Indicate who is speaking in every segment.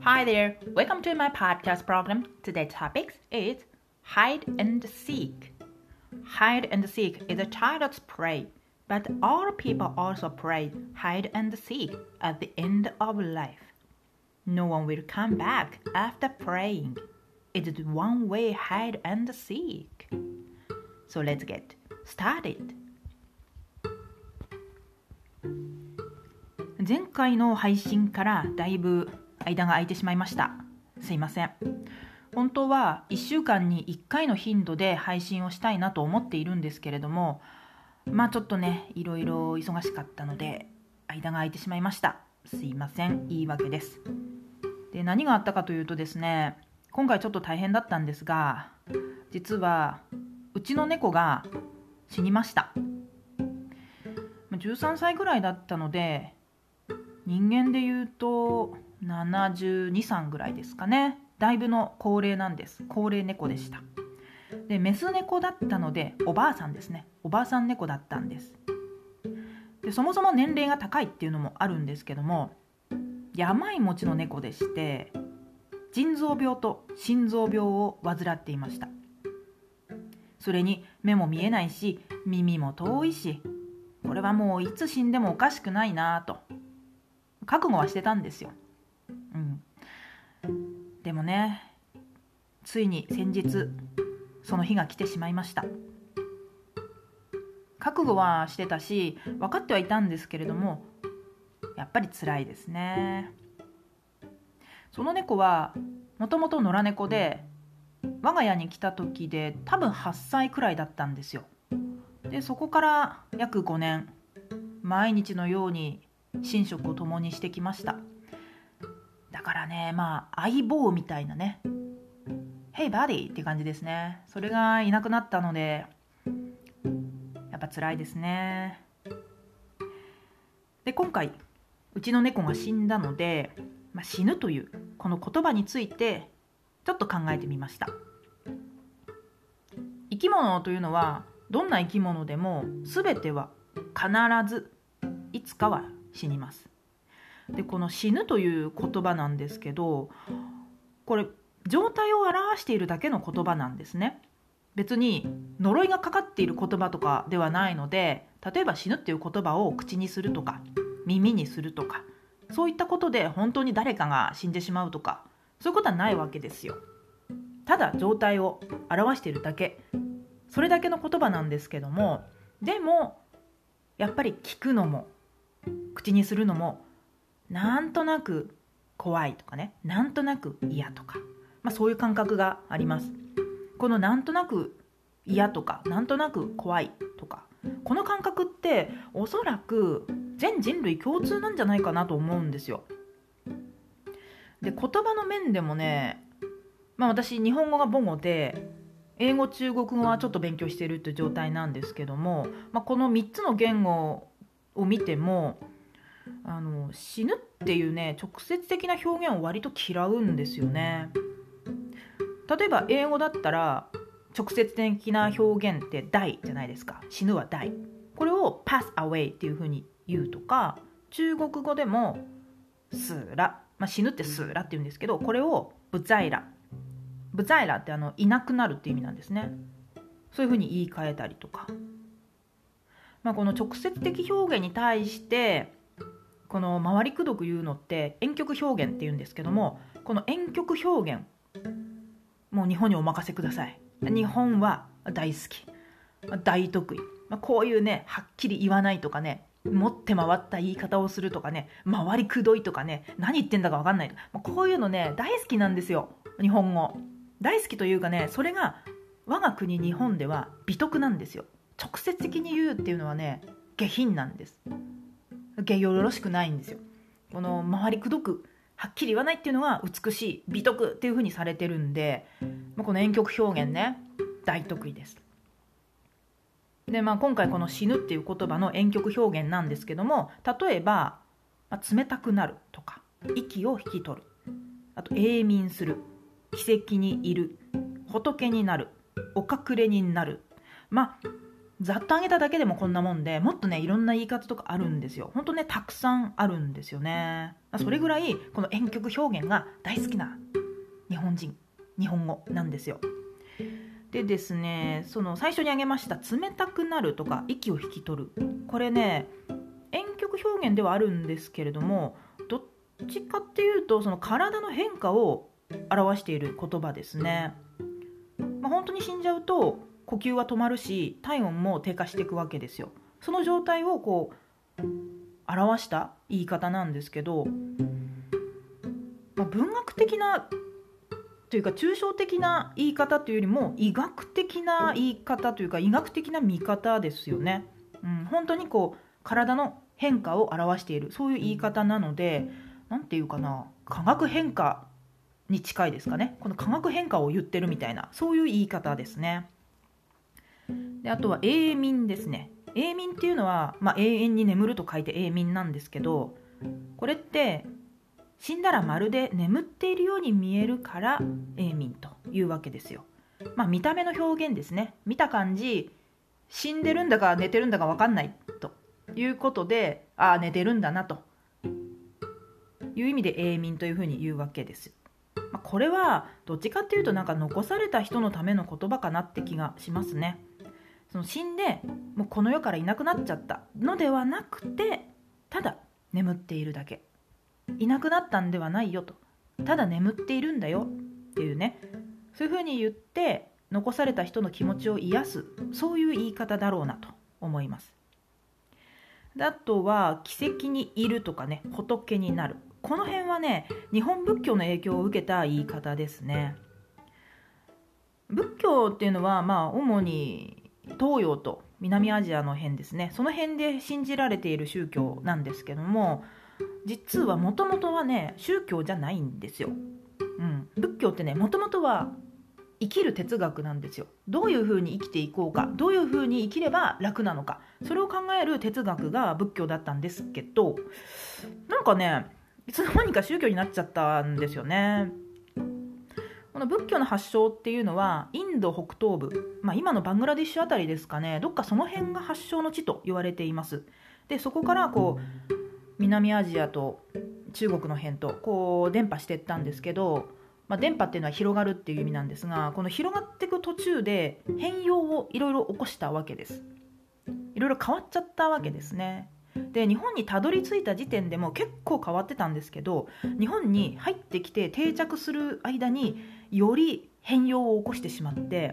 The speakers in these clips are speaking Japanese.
Speaker 1: Hi there, welcome to my podcast program. Today's topic is hide and seek. Hide and seek is a child's play, but all people also play hide and seek at the end of life. No one will come back after playing. It is one way hide and seek. So let's get started. 前回の配信からだいぶ間が空いてしまいました。すいません。本当は1週間に1回の頻度で配信をしたいなと思っているんですけれども、ちょっとね、いろいろ忙しかったので間が空いてしまいました。すいません。言い訳です。で、何があったかというとですね、今回ちょっと大変だったんですが、実はうちの猫が死にました。13歳ぐらいだったので、人間でいうと72、3ぐらいですかね。だいぶの高齢なんです。高齢猫でした。で、メス猫だったのでおばあさんですね。おばあさん猫だったんです。で、そもそも年齢が高いっていうのもあるんですけども、病持ちの猫でして、腎臓病と心臓病を患っていました。それに目も見えないし、耳も遠いし、これはもういつ死んでもおかしくないなと覚悟はしてたんですよ。でもね、ついに先日その日が来てしまいました。覚悟はしてたし、分かってはいたんですけれども、やっぱり辛いですね。その猫はもともと野良猫で、我が家に来た時で多分8歳くらいだったんですよ。で、そこから約5年、毎日のように寝食を共にしてきました。だからね、相棒みたいなね、Hey buddy って感じですね。それがいなくなったので、やっぱ辛いですね。で、今回うちの猫が死んだので、死ぬというこの言葉についてちょっと考えてみました。生き物というのは、どんな生き物でも全ては必ずいつかは死にます。で、この死ぬという言葉なんですけど、これ状態を表しているだけの言葉なんですね。別に呪いがかかっている言葉とかではないので、例えば死ぬっていう言葉を口にするとか耳にするとか、そういったことで本当に誰かが死んでしまうとか、そういうことはないわけですよ。ただ状態を表しているだけ、それだけの言葉なんですけども、でもやっぱり聞くのも口にするのも、なんとなく怖いとかね、なんとなく嫌とか、そういう感覚があります。このなんとなく嫌とか、なんとなく怖いとか、この感覚っておそらく全人類共通なんじゃないかなと思うんですよ。で、言葉の面でもね、私日本語が母語で、英語中国語はちょっと勉強しているという状態なんですけども、この3つの言語を見ても、死ぬっていうね、直接的な表現を割と嫌うんですよね。例えば英語だったら直接的な表現って die じゃないですか。死ぬは die。これを pass away っていう風に言うとか、中国語でも死ら、死ぬって死らって言うんですけど、これを不在ら。不在らっていなくなるっていう意味なんですね。そういう風に言い換えたりとか。この直接的表現に対してこの回りくどく言うのって婉曲表現っていうんですけども、この婉曲表現、もう日本にお任せください。日本は大好き、大得意。こういうね、はっきり言わないとかね、持って回った言い方をするとかね、回りくどいとかね、何言ってんだか分かんない。こういうのね、大好きなんですよ。日本語大好きというかね、それが我が国日本では美徳なんですよ。直接的に言うっていうのはね、下品なんです。よろしくないんですよ。この回りくどくはっきり言わないっていうのは美しい、美徳っていう風にされてるんで、この婉曲表現ね、大得意です。で、今回この死ぬっていう言葉の婉曲表現なんですけども、例えば、冷たくなるとか、息を引き取る、あと永眠する、奇跡にいる、仏になる、お隠れになる、 ざっと挙げただけでもこんなもんで、もっとねいろんな言い方とかあるんですよ。ほんとねたくさんあるんですよね。それぐらいこの婉曲表現が大好きな日本語なんですよ。でですね、その最初に挙げました冷たくなるとか息を引き取る、これね婉曲表現ではあるんですけれども、どっちかっていうとその体の変化を表している言葉ですね。本当に死んじゃうと呼吸は止まるし体温も低下していくわけですよ。その状態をこう表した言い方なんですけど、文学的なというか抽象的な言い方というよりも医学的な言い方というか医学的な見方ですよね。本当にこう体の変化を表している、そういう言い方なので、なんていうかな、化学変化に近いですかね。この化学変化を言ってるみたいな、そういう言い方ですね。であとは永眠ですね。永眠っていうのは、永遠に眠ると書いて永眠なんですけど、これって死んだらまるで眠っているように見えるから永眠というわけですよ。見た目の表現ですね。見た感じ死んでるんだか寝てるんだか分かんないということで、寝てるんだなという意味で永眠というふうに言うわけです。これはどっちかっていうと残された人のための言葉かなって気がしますね。その死んでもうこの世からいなくなっちゃったのではなくて、ただ眠っているだけ、いなくなったんではないよと、ただ眠っているんだよっていうね、そういうふうに言って残された人の気持ちを癒す、そういう言い方だろうなと思います。であとは奇跡にいるとかね、仏になる、この辺はね日本仏教の影響を受けた言い方ですね。仏教っていうのは主に東洋と南アジアの辺ですね、その辺で信じられている宗教なんですけども、実はもともとはね宗教じゃないんですよ。仏教ってねもともとは生きる哲学なんですよ。どういうふうに生きていこうか、どういうふうに生きれば楽なのか、それを考える哲学が仏教だったんですけど、いつの間にか宗教になっちゃったんですよね。この仏教の発祥っていうのはインド北東部、今のバングラディッシュあたりですかね、どっかその辺が発祥の地と言われています。でそこから南アジアと中国の辺と伝播していったんですけど、伝播っていうのは広がるっていう意味なんですが、この広がっていく途中で変容をいろいろ起こしたわけです。いろいろ変わっちゃったわけですね。で日本にたどり着いた時点でも結構変わってたんですけど、日本に入ってきて定着する間により変容を起こしてしまって、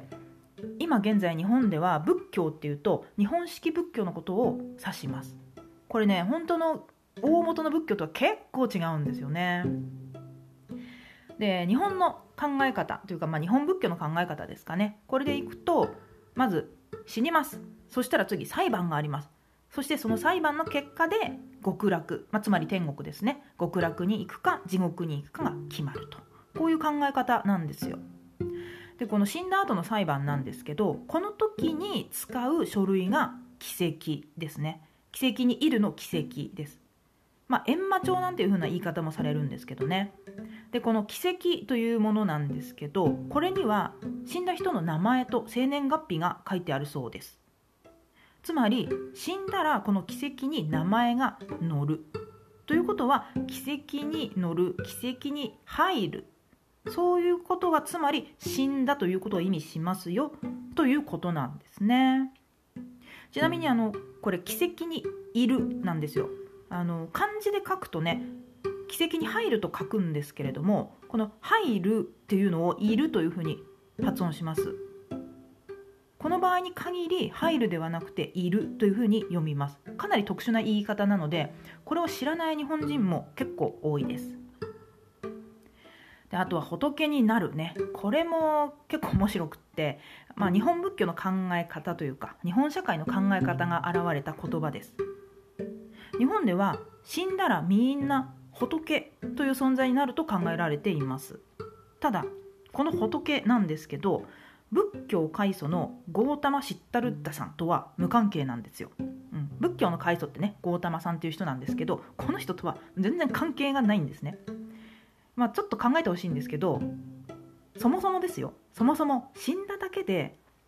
Speaker 1: 今現在日本では仏教っていうと日本式仏教のことを指します。これね本当の大元の仏教とは結構違うんですよね。で日本の考え方というか、日本仏教の考え方ですかね、これでいくと、まず死にます。そしたら次裁判があります。そしてその裁判の結果で極楽、つまり天国ですね、極楽に行くか地獄に行くかが決まると、こういう考え方なんですよ。でこの死んだ後の裁判なんですけど、この時に使う書類が奇跡ですね。奇跡にいるの奇跡です。閻魔帳なんていう風な言い方もされるんですけどね。でこの奇跡というものなんですけど、これには死んだ人の名前と生年月日が書いてあるそうです。つまり死んだらこの奇跡に名前が載るということは、奇跡に載る、奇跡に入る、そういうことがつまり死んだということを意味しますよということなんですね。ちなみにこれ奇跡にいるなんですよ。漢字で書くとね奇跡に入ると書くんですけれども、この入るっていうのをいるというふうに発音します。この場合に限り入るではなくているというふうに読みます。かなり特殊な言い方なので、これを知らない日本人も結構多いです。であとは仏になるね、これも結構面白くって、日本仏教の考え方というか日本社会の考え方が現れた言葉です。日本では死んだらみんな仏という存在になると考えられています。ただこの仏なんですけど、仏教開祖のゴータマ・シッタルッダさんとは無関係なんですよ。仏教の開祖ってねゴータマさんという人なんですけど、この人とは全然関係がないんですね。ちょっと考えてほしいんですけど、そもそも死んだだけで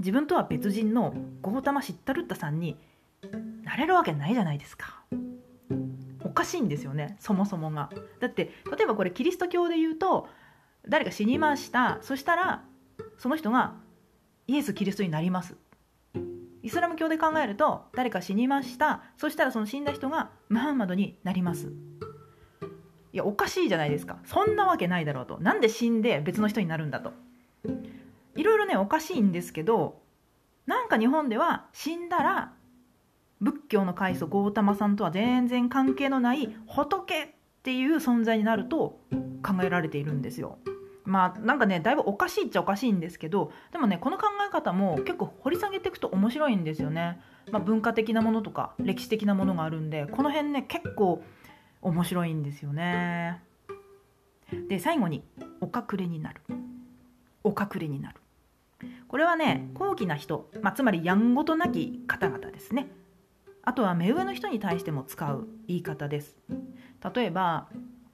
Speaker 1: 自分とは別人のゴータマ・シッタルッタさんになれるわけないじゃないですか。おかしいんですよね、そもそもが。だって例えばこれキリスト教で言うと、誰か死にました、そしたらその人がイエス・キリストになります。イスラム教で考えると、誰か死にました、そしたらその死んだ人がムハンマドになります。いや、おかしいじゃないですか。そんなわけないだろうと。なんで死んで別の人になるんだと。いろいろね、おかしいんですけど、なんか日本では死んだら仏教の開祖ゴータマさんとは全然関係のない仏っていう存在になると考えられているんですよ。まあなんかね、だいぶおかしいっちゃおかしいんですけど、でもね、この考え方も結構掘り下げていくと面白いんですよね。文化的なものとか歴史的なものがあるんで、この辺ね結構面白いんですよね。で、最後にお隠れになる。お隠れになる。これはね、高貴な人、つまりやんごとなき方々ですね。あとは目上の人に対しても使う言い方です。例えば、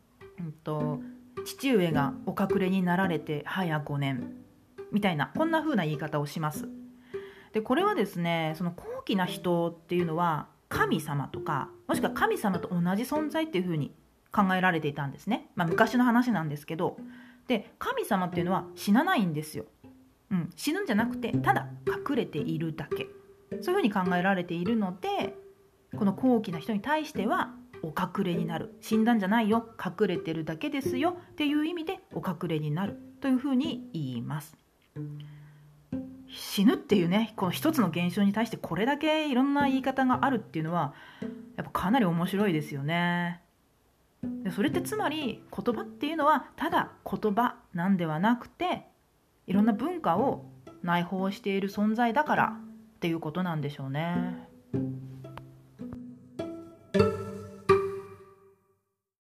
Speaker 1: 父上がお隠れになられて早5年みたいな、こんな風な言い方をします。で、これはですね、その高貴な人っていうのは神様とか、もしくは神様と同じ存在っていう風に考えられていたんですね。昔の話なんですけど、で、神様っていうのは死なないんですよ。死ぬんじゃなくて、ただ隠れているだけ。そういうふうに考えられているので、この高貴な人に対してはお隠れになる、死んだんじゃないよ、隠れてるだけですよっていう意味でお隠れになるというふうに言います。死ぬっていうね、この一つの現象に対してこれだけいろんな言い方があるっていうのはやっぱかなり面白いですよね。で、それってつまり言葉っていうのはただ言葉なんではなくて、いろんな文化を内包している存在だからっていうことなんでしょうね。